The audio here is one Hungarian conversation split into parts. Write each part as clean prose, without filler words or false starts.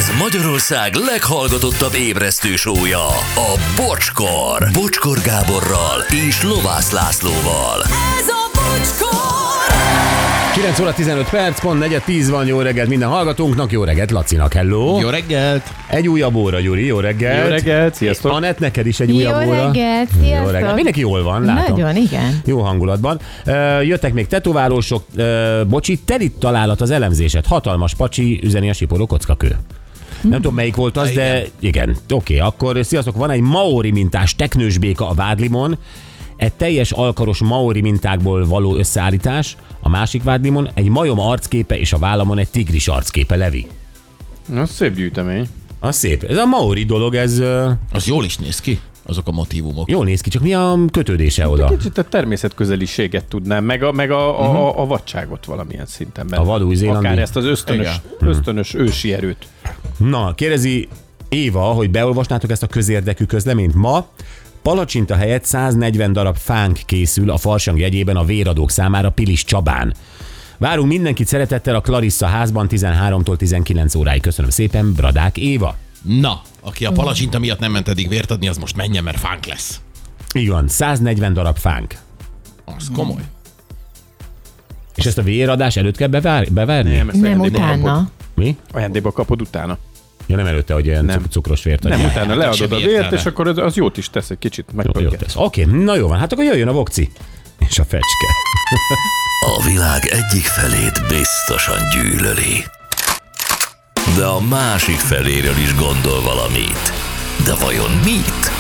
Ez Magyarország leghallgatottabb ébresztő show-ja, a Bocskor. Bocskor Gáborral és Lovász Lászlóval. Ez a Bocskor! 9 óra 15 perc, pont 4:10 van, jó reggelt minden hallgatónknak, jó reggelt Lacinak, hello! Jó reggelt! Egy újabb óra, Gyuri, jó reggelt! Jó reggelt, sziasztok! Anett, neked is egy újabb Jó óra. reggelt, Jó sziasztok! reggelt. Mindenki jól van, látom. Nagyon, igen. Jó hangulatban. Jöttek még tetoválósok, bocsi, telit találat az elemzésed. Hatalmas pacsi, üzeni a siporó kockakő. Nem tudom, melyik volt az, de igen. Oké, akkor sziasztok, van egy maori mintás teknős béka a Vádlimon, egy teljes alkaros maori mintákból való összeállítás, a másik Vádlimon egy majom arcképe és a vállamon egy tigris arcképe, Levi. Na, szép gyűjtemény. Az szép. Ez a maori dolog, ez Az jól is néz ki, azok a motívumok. jól néz ki, csak mi a kötődése oda? Kicsit a természetközeliséget tudnám, meg a vadságot valamilyen szinten. A vad új-zélandi? Akár ezt az ösztönös ősi erőt. Na, kérdezi Éva, hogy beolvasnátok ezt a közérdekű közleményt. Ma palacsinta helyett 140 darab fánk készül a farsang jegyében a véradók számára Pilis Csabán. Várunk mindenkit szeretettel a Clarissa házban 13-tól 19 óráig. Köszönöm szépen, Bradák Éva. Na, aki a palacsinta miatt nem ment eddig vért adni, az most menjen, mert fánk lesz. Így van, 140 darab fánk. Az komoly. És ezt a véradás előtt kell beverni? Nem, ezt Nem ajándékba kapod. utána. Mi? Ajándékba kapod utána. Ja, nem előtte, hogy ilyen Nem. cukros vért adja. Nem, utána leadod semmi a vért, értelme. és akkor az jót is tesz egy kicsit. Jó Megpörget. tesz. Oké, na jó van, hát akkor jöjjön a vokci. És a fecske. A világ egyik felét biztosan gyűlöli. De a másik feléről is gondol valamit. De vajon mit?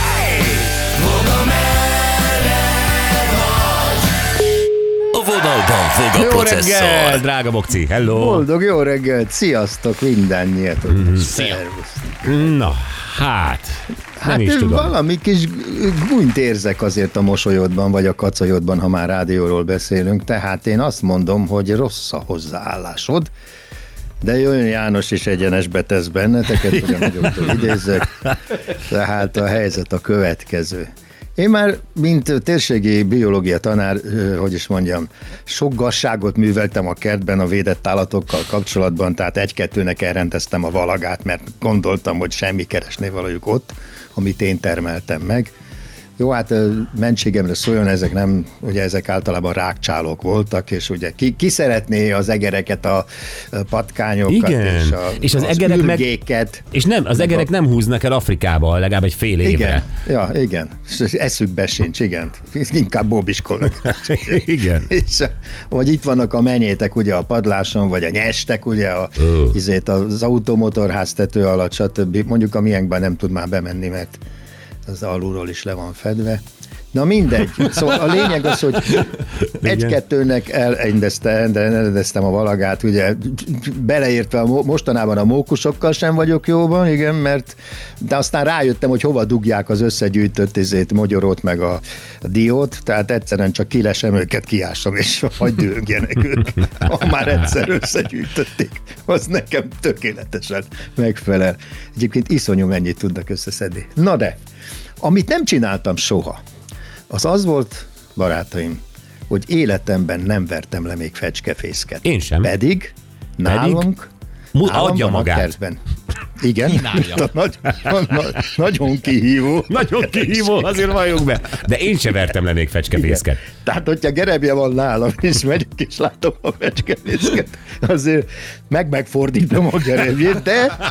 A vonalban fog a Jó processzor. reggel, drága vokci. Hello. Boldog jó reggelt, sziasztok mindannyiatok. Szia. Na, hát, nem Hát is tudom. valami kis gúnyt érzek azért a mosolyodban, vagy a kacajodban, ha már rádióról beszélünk, tehát én azt mondom, hogy rossz a hozzáállásod, de jön János is egyenesbe tesz benneteket, hogy a nagyoktól idézzek, tehát a helyzet a következő. Én már, mint térségi biológia tanár, hogy is mondjam, sok gazságot műveltem a kertben a védett állatokkal kapcsolatban, tehát egy-kettőnek elrendeztem a valagát, mert gondoltam, hogy semmi keresné valajuk ott, amit én termeltem meg. Jó, hát mentségemre szóljon, ezek nem, ugye ezek általában rákcsálók voltak, és ugye ki szeretné az egereket, a patkányokat, Igen. És az egerek meg- ürgéket. És nem, az egerek nem húznak el Afrikába legalább egy fél évre. Igen, ja, igen. És eszükbe sincs, igen. Inkább bóbiskolnak. Igen. És, vagy itt vannak a menyétek ugye a padláson, vagy a nyestek, ugye az automotorház tető alatt, stb. Mondjuk a miénkben nem tud már bemenni, mert az alulról is le van fedve. Na mindegy. Szóval a lényeg az, hogy egy-kettőnek elrendeztem a valagát, ugye beleértve mostanában a mókusokkal sem vagyok jóban, igen, de aztán rájöttem, hogy hova dugják az összegyűjtött mogyorót meg a diót, tehát egyszerűen csak kilesem őket, kiásom, és hagyd dühöngjenek ők. Ha már egyszer összegyűjtötték, az nekem tökéletesen megfelel. Egyébként iszonyú mennyit tudnak összeszedni. Na de, amit nem csináltam soha, az volt, barátaim, hogy életemben nem vertem le még fecskefészket. Én sem. Pedig nálunk Adja van a magát. kertben. Igen, Kínálja. nagyon kihívó. Nagyon kihívó, azért valljuk be. De én se vertem le még fecskefészket. Tehát, hogyha gerebje van nálam, és megyek és látom a fecskefészket, azért megfordítom a gerebjét,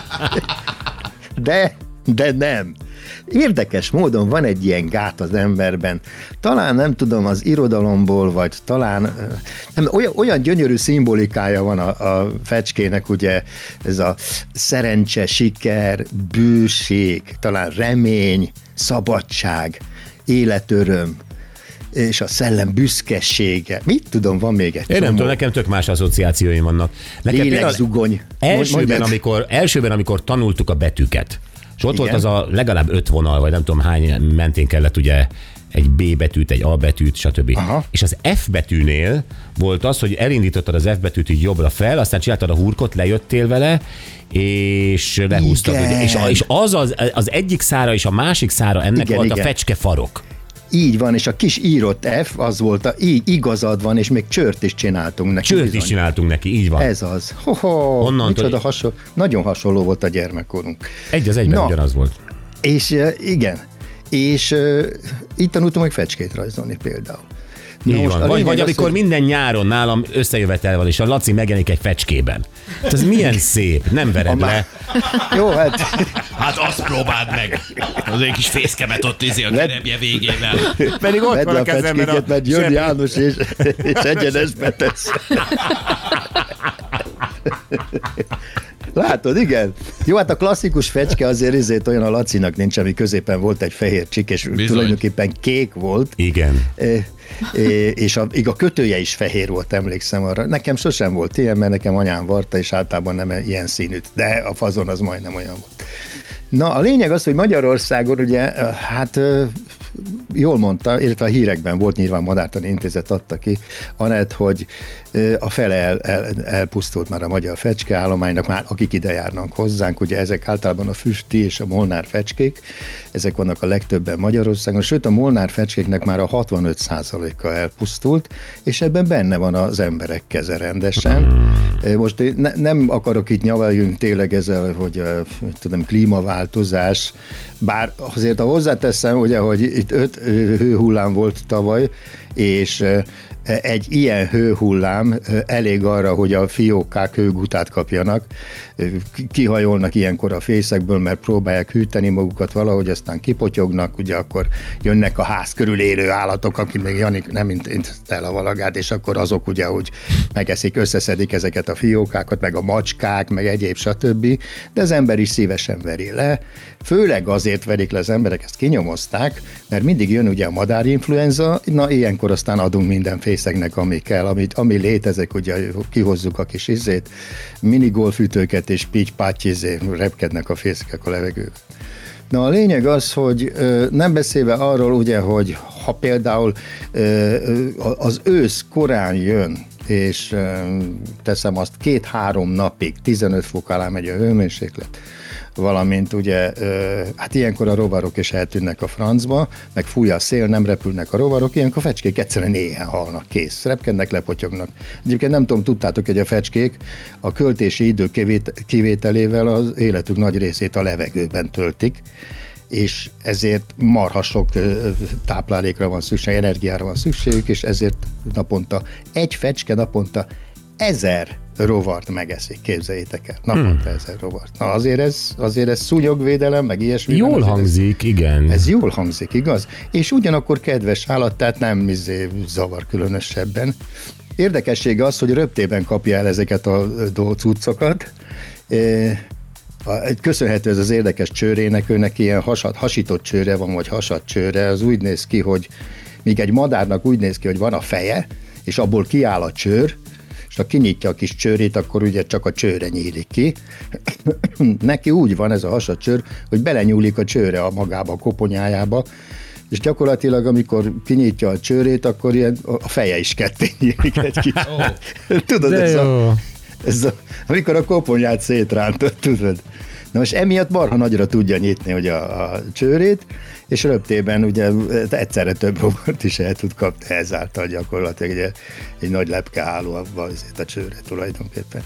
de nem. Érdekes módon van egy ilyen gát az emberben. Talán nem tudom, az irodalomból, vagy talán nem, olyan gyönyörű szimbolikája van a fecskének, ugye ez a szerencse, siker, bőség, talán remény, szabadság, életöröm, és a szellem büszkesége. Mit tudom, van még egy Én nem tudom, nekem tök más asszociációim vannak. Nekem lélegzugony. Elsőben, amikor tanultuk a betűket, és ott Igen. volt az a legalább 5 vonal, vagy nem tudom hány mentén kellett ugye egy B betűt, egy A betűt, stb. Aha. És az F betűnél volt az, hogy elindítottad az F betűt így jobbra fel, aztán csináltad a hurkot, lejöttél vele, és lehúztad. Igen. Ugye, és az egyik szára és a másik szára ennek Igen, volt igen. a fecskefarok. Így van, és a kis írott F, az volt igazad van, és még csört is csináltunk neki. Csört is csináltunk neki, így van. Ez az. Micsoda nagyon hasonló volt a gyermekkorunk. Egy az egyben ugyanaz volt. És igen, és itt tanultunk meg fecskét rajzolni például. Így van. Vagy amikor hogy... minden nyáron nálam összejövetel van, és a Laci megjelenik egy fecskében. Ez milyen szép, nem vered le. Jó, hát... Hát azt próbáld meg. Az egy kis fészkemet ott a kerebje végével. Pedig ott van a kezemben a... mert jön János, és egyenesbe tesz. Látod, igen. Jó, hát a klasszikus fecske azért olyan a Lacinak nincs, ami középen volt egy fehér csik, és tulajdonképpen kék volt. Igen. És a kötője is fehér volt, emlékszem arra. Nekem sosem volt ilyen, mert nekem anyám varta, és általában nem ilyen színűt, de a fazon az majdnem olyan volt. Na, a lényeg az, hogy Magyarországon ugye, hát jól mondta, illetve a hírekben volt, nyilván Madártani Intézet adta ki, Anett, hogy a fele elpusztult már a magyar fecskeállománynak, már akik ide járnak hozzánk, ugye ezek általában a füsti és a molnár fecskék, ezek vannak a legtöbben Magyarországon, sőt a molnár fecskéknek már a 65%-a elpusztult, és ebben benne van az emberek keze rendesen. Most nem akarok itt nyavaljunk tényleg ezzel, hogy tudom, klímaváltozás, bár azért ha hozzáteszem, ugye, hogy itt 5 hőhullám volt tavaly, és egy ilyen hőhullám elég arra, hogy a fiókák hőgutát kapjanak, kihajolnak ilyenkor a fészekből, mert próbálják hűteni magukat valahogy, aztán kipotyognak, ugye akkor jönnek a ház körül élő állatok, akik még Janik nem mint el a valagát, és akkor azok ugye, hogy megeszik, összeszedik ezeket a fiókákat, meg a macskák, meg egyéb stb., de az ember is szívesen veri le. Főleg azért verik le az emberek, ezt kinyomozták, mert mindig jön ugye a madárinfluenza, na ilyenkor aztán adunk minden fészeknek, ami kell, ami létezik, ugye kihozzuk a kis minigolfütőket, és pitty-patty repkednek a fészekek a levegőben. Na a lényeg az, hogy nem beszélve arról ugye, hogy ha például az ősz korán jön, és teszem azt 2-3 napig 15 fok alá megy a hőmérséklet, valamint ugye, hát ilyenkor a rovarok is eltűnnek a francba, meg fúj a szél, nem repülnek a rovarok, ilyenkor a fecskék egyszerűen éhen halnak, kész, repkednek, lepotyognak. Egyébként nem tudom, tudtátok, hogy a fecskék a költési idő kivételével az életük nagy részét a levegőben töltik, és ezért marha sok táplálékra van szükség, energiára van szükségük, és ezért egy fecske naponta 1000 rovart megeszik, képzeljétek el. Naponta 1000 rovart. Na azért ez szúnyogvédelem, meg ilyesmi. Jól hangzik, igen. Ez jól hangzik, igaz? És ugyanakkor kedves állat, tehát nem zavar különösebben. Érdekessége az, hogy röptében kapja el ezeket a cuccokat. Köszönhető ez az érdekes csőrének, őnek ilyen hasított csőre van, vagy hasadt csőre, az úgy néz ki, hogy míg egy madárnak úgy néz ki, hogy van a feje, és abból kiáll a csőr, és ha kinyitja a kis csőrét, akkor ugye csak a csőre nyílik ki. Neki úgy van ez a hasadt csőr, hogy belenyúlik a csőre a magába, a koponyájába, és gyakorlatilag, amikor kinyitja a csőrét, akkor ilyen a feje is ketté nyílik egy kicsit. Tudod, amikor a koponyát szétrántod, tudod. Na most emiatt marha nagyra tudja nyitni ugye a csőrét, és röptében ugye egyszerre több rovart is el tud kapni, ezáltal gyakorlatilag egy nagy lepke álló abban a csőre tulajdonképpen.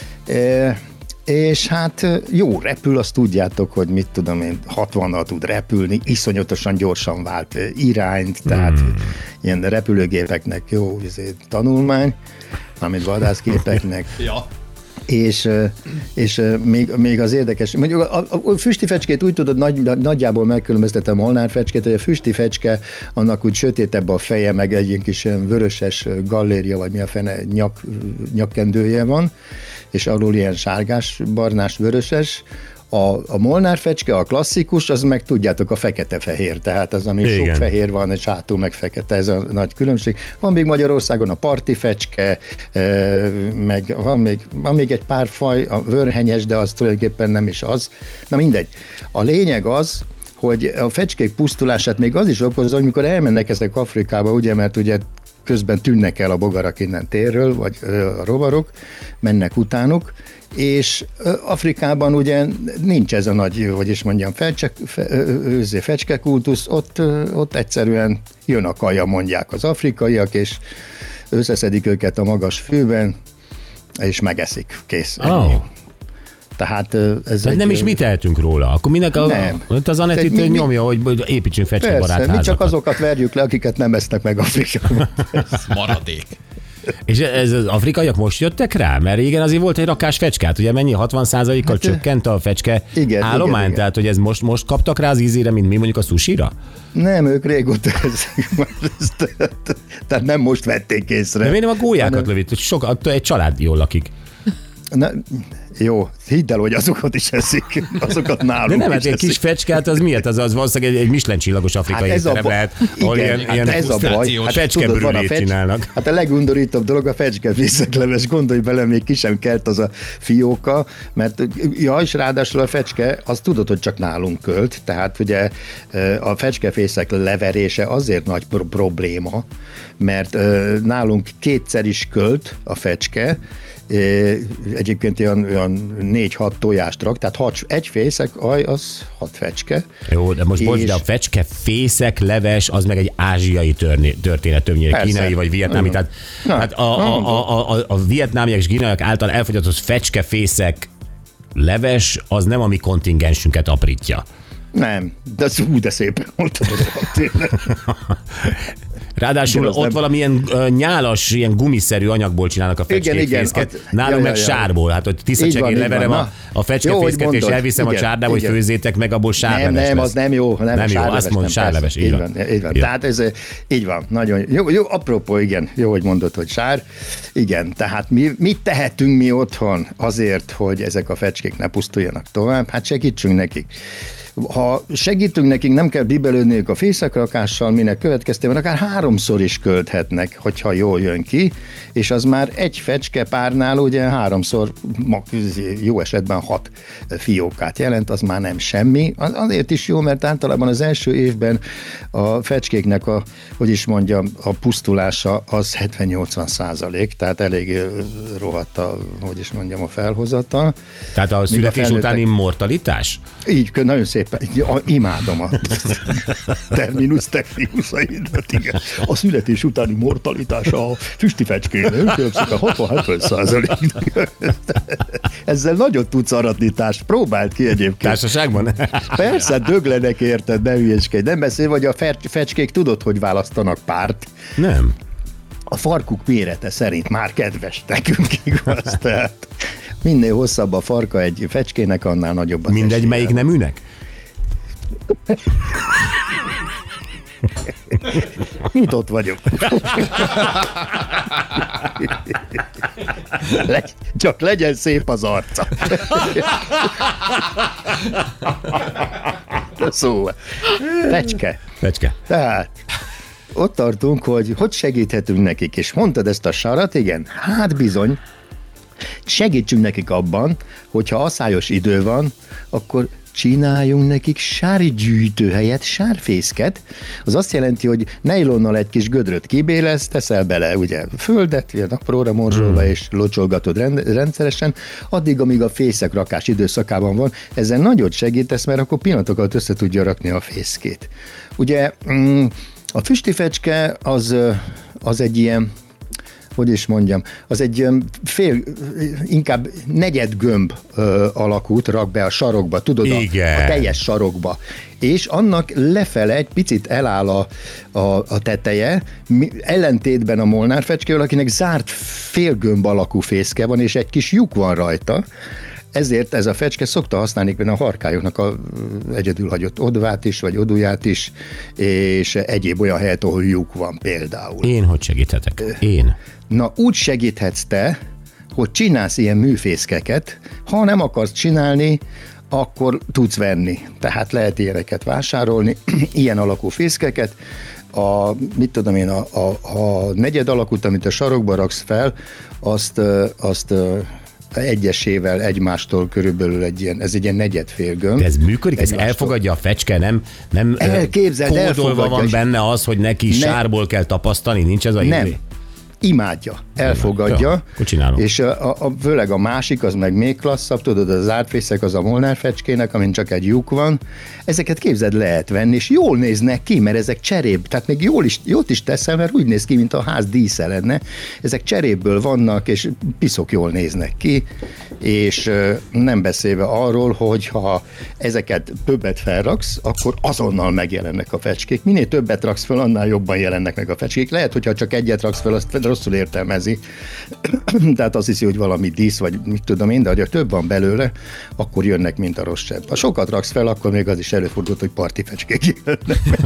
És hát jó, repül, azt tudjátok, hogy mit tudom én, 60-nal tud repülni, iszonyatosan gyorsan vált irányt, tehát ilyen repülőgépeknek jó tanulmány, mármint vadászgépeknek. Ja. És még az érdekes, mondjuk a füsti fecskét úgy tudod nagyjából megkülönböztetem a molnár fecskét, hogy a füsti fecske, annak úgy sötétebb a feje, meg egy ilyen kis vöröses galléria, vagy mi a fene nyakkendője van, és alul ilyen sárgás, barnás, vöröses. A molnár fecske, a klasszikus, az meg tudjátok a fekete-fehér, tehát az, ami sok fehér van, és hátul meg fekete, ez a nagy különbség. Van még Magyarországon a parti fecske, meg van még egy pár faj, a vörhenyes, de az tulajdonképpen nem is az. Na mindegy. A lényeg az, hogy a fecskék pusztulását még az is okozza, amikor elmennek ezek Afrikába, ugye, mert ugye közben tűnnek el a bogarak innen térről, vagy a rovarok, mennek utánuk, és Afrikában ugye nincs ez a nagy, hogy is mondjam, fecskekultusz, ott egyszerűen jön a kaja, mondják az afrikaiak, és összeszedik őket a magas fűben, és megeszik, kész. Oh. Tehát ez nem is mi tehetünk róla. Akkor minek az Anett itt nyomja, hogy építsünk fecskebarát házakat. Mi csak azokat verjük le, akiket nem esznek meg Afrikában. Maradék. És ez az afrikaiak most jöttek rá? Mert régen azért volt egy rakás fecskát, ugye mennyi 60%-kal csökkent a fecske állomány, igen. Tehát hogy ez most kaptak rá az ízére, mint mi mondjuk a sushira? Nem, ők régóta tehát nem most vették észre. De miért nem a gólyákat lövít? Egy család jól lakik. Jó, hidd el, hogy azokat is eszik, azokat nálunk de nem, hát egy eszik. kis fecskát, az miért? Az valószínűleg egy Michelin csillagos afrikai étterem lehet, ahol ilyen ez a baj. fecskebrülét csinálnak. Hát a legundorítóbb dolog a fecskefészekleves, gondolj bele, még ki sem kelt az a fióka, mert és ráadásul a fecske, az tudod, hogy csak nálunk költ, tehát ugye a fecskefészek leverése azért nagy probléma, mert nálunk kétszer is költ a fecske, egyébként olyan 4-6 tojást rak, tehát egy fészek az 6 fecske. Jó, de most bocs, de a fecske fészek leves, az meg egy ázsiai történet, többnyire kínai vagy vietnámi. Tehát hát a vietnámiak és kínaiak által elfogyasztott fecske fészek leves, az nem a mi kontingensünket aprítja. Nem, de szépen mondtad. Ráadásul ott nem. Valamilyen nyálas, ilyen gumiszerű anyagból csinálnak a fecskékfészket. Nálunk meg sárból. Hát, hogy tisztacsegén leverem a fecskefészket, és elviszem a csárdába, hogy főzzétek meg, abból sárleves Nem, az nem jó. Nem jó, azt mondom, sárleves. Így van. Tehát ez így van. Nagyon jó. Apropó, igen, jó, hogy mondod, hogy sár. Igen, tehát mit tehetünk mi otthon azért, hogy ezek a fecskék ne pusztuljanak tovább? Hát segítsünk nekik. Ha segítünk nekik, nem kell bibelődniük a fészekrakással, minek következtében akár 3-szor is költhetnek, hogyha jól jön ki, és az már egy fecskepárnál ugye 3-szor, jó esetben 6 fiókát jelent, az már nem semmi. Azért is jó, mert általában az első évben a fecskéknek a pusztulása az 70-80%, tehát elég rohadt a felhozata. Tehát a születés utáni mortalitás? Így, nagyon szépen. Imádom a terminus technikusaidat, igen. A születés utáni mortalitása a füstifecskénél különbszik a 60-70%. Ezzel nagyon tudsz aratni próbáld ki egyébként. Társaságban? Persze, döglenek érted, ne hülyeskedj. Nem beszél, vagy a fecskék tudod, hogy választanak párt? Nem. A farkuk mérete szerint már kedves nekünk, igaz? Tehát minél hosszabb a farka egy fecskének, annál nagyobb az mindegy, melyik neműnek? Nyitott vagyok. Csak legyen szép az arca. Szóval. Fecske. Tehát ott tartunk, hogy segíthetünk nekik, és mondtad ezt a sarat, igen? Hát bizony. Segítsünk nekik abban, hogyha aszályos idő van, akkor csináljunk nekik sárgyűjtőhelyet, sárfészket. Az azt jelenti, hogy nejlonnal egy kis gödröt kibélesz, teszel bele ugye földet, ilyen apróra morzsolva, és locsolgatod rendszeresen, addig, amíg a fészekrakás időszakában van. Ezzel nagyot segítesz, mert akkor pillanatokat össze tudja rakni a fészkét. Ugye a füstifecske az egy ilyen, az egy inkább negyed gömb alakút rak be a sarokba, tudod, a teljes sarokba. És annak lefele egy picit eláll a teteje, ellentétben a molnárfecskével, akinek zárt félgömb alakú fészke van, és egy kis lyuk van rajta. Ezért ez a fecske szokta használni a harkályoknak a egyedül hagyott odvát is, vagy oduját is, és egyéb olyan helyet, ahol lyuk van például. Én hogy segíthetek? Na, úgy segíthetsz te, hogy csinálsz ilyen műfészkeket, ha nem akarsz csinálni, akkor tudsz venni. Tehát lehet ilyeneket vásárolni, ilyen alakú fészkeket. A negyed alakút, amit a sarokba raksz fel, azt egyesével egymástól körülbelül ez egy ilyen negyedfél gömb. De ez működik? Ez Egymástól. elfogadja a fecske? Nem Elképzeld, kódolva elfogadja. van benne az, hogy neki sárból kell tapasztani? Nincs ez a Nem. izé? Imádja, elfogadja, Jó, akkor csinálom. és főleg a másik, az meg még klasszabb, tudod, az ártfészek, az a Molnár fecskének, amin csak egy lyuk van. Ezeket képzeld, lehet venni, és jól néznek ki, mert ezek cserébb, tehát még jót is teszem, mert úgy néz ki, mint a ház dísze lenne. Ezek cserébből vannak, és piszok jól néznek ki, és nem beszélve arról, hogy ha ezeket többet felraksz, akkor azonnal megjelennek a fecskék. Minél többet raksz fel, annál jobban jelennek meg a fecskék. Lehet, hogyha csak egyet raksz fel, azt rosszul értelmezi. Tehát azt hiszi, hogy valami dísz, vagy mit tudom én, de ha több van belőle, akkor jönnek, mint a rossz sebb. Ha sokat raksz fel, akkor még az is előfordult, hogy parti fecskék jönnek, meg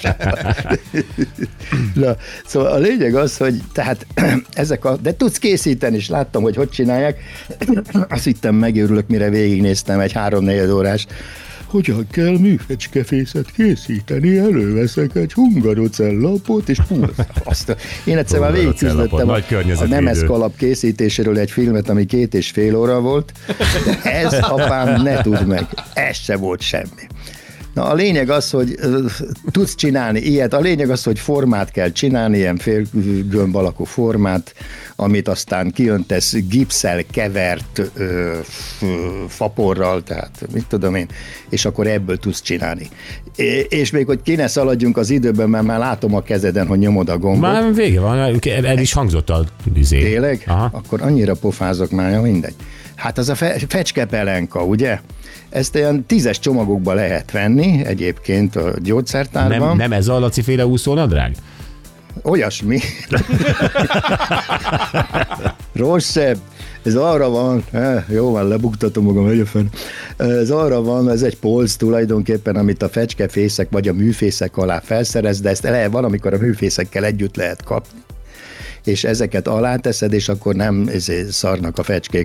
Na, szóval a lényeg az, hogy tehát de tudsz készíteni, és láttam, hogy csinálják. Azt hittem, megőrülök, mire végignéztem egy 3-4 órás. Hogyan kell műfecskefészet készíteni? Előveszek egy hungarocellapot, és én egyszer már végigküzdöttem a Nemes kalap készítéséről egy filmet, ami 2,5 óra volt, de ez apám ne tudd meg, ez se volt semmi. Na, a lényeg az, hogy tudsz csinálni ilyet, a lényeg az, hogy formát kell csinálni, ilyen félgömb alakú formát, amit aztán kiöntesz gipszel kevert faporral, tehát mit tudom én, és akkor ebből tudsz csinálni. És még, hogy ki ne szaladjunk az időben, mert már látom a kezeden, hogy nyomod a gombot. Már vége van, el is hangzott a izé. Tényleg? Aha. Akkor annyira pofázok már, mindegy. Hát az a fecskepelenka, ugye? Ezt olyan 10-es csomagokba lehet venni egyébként a gyógyszertárban. Nem ez a Laci-féle úszónadrág? Olyasmi. Rosszabb. Ez arra van, jó van, lebuktatom magam egyébként. Ez arra van, ez egy polc tulajdonképpen, amit a fecskefészek vagy a műfészek alá felszerez, de ezt van, amikor a műfészekkel együtt lehet kapni. És ezeket aláteszed, és akkor nem szarnak a fecskék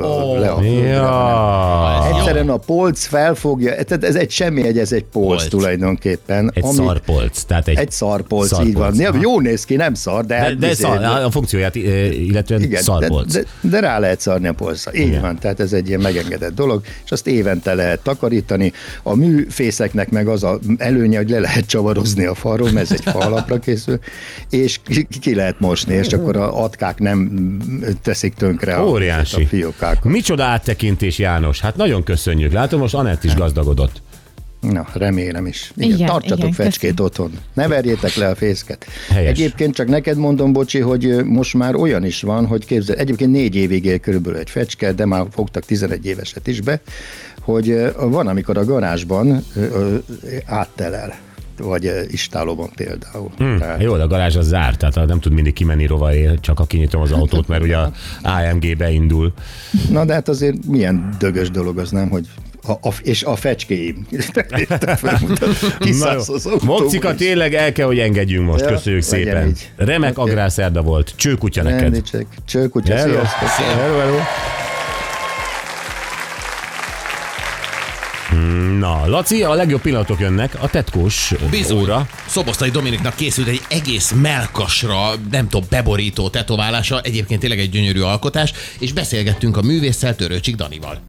Egyszerűen a polc felfogja, ez egy semmi, ez egy polc tulajdonképpen. Egy szarpolc. Tehát egy szarpolc, így van. Jó néz ki, nem szar, de a funkcióját illetően igen, szarpolc. De rá lehet szarni a polcra. Így van, tehát ez egy ilyen megengedett dolog, és azt évente lehet takarítani. A műfészeknek meg az a előnye, hogy le lehet csavarozni a falról, mert ez egy fa alapra készül, és ki lehet mosni, és akkor a atkák nem teszik tönkre a fiókákat. Micsoda áttekintés, János. Hát nagyon köszönjük. Látom, most Anett is gazdagodott. Na, remélem is. Igen, tartsatok fecskét köszön. Otthon. Ne verjétek le a fészket. Helyes. Egyébként csak neked mondom, bocsi, hogy most már olyan is van, hogy képzel, egyébként 4 évig él körülbelül egy fecske, de már fogtak 11 éveset is be, hogy van, amikor a garázsban áttelel. Vagy istálóban például. Jó, de a garázs az zárt, tehát nem tud mindig kimenni rovaél, csak ha kinyitom az autót, mert ugye a AMG beindul. Na de hát azért milyen dögös dolog az, nem, hogy és a fecskéim. Mokcika, tényleg el kell, hogy engedjünk most. Köszönjük szépen. Remek agrárszerda volt. Csőkutya neked. Csőkutya, sziasztok. Hello. Na, Laci, a legjobb pillanatok jönnek, a tetkós óra. Szoboszlai Dominiknak készült egy egész mellkasra, nem tudom, beborító tetoválása, egyébként tényleg egy gyönyörű alkotás, és beszélgettünk a művésszel, Törőcsik Danival.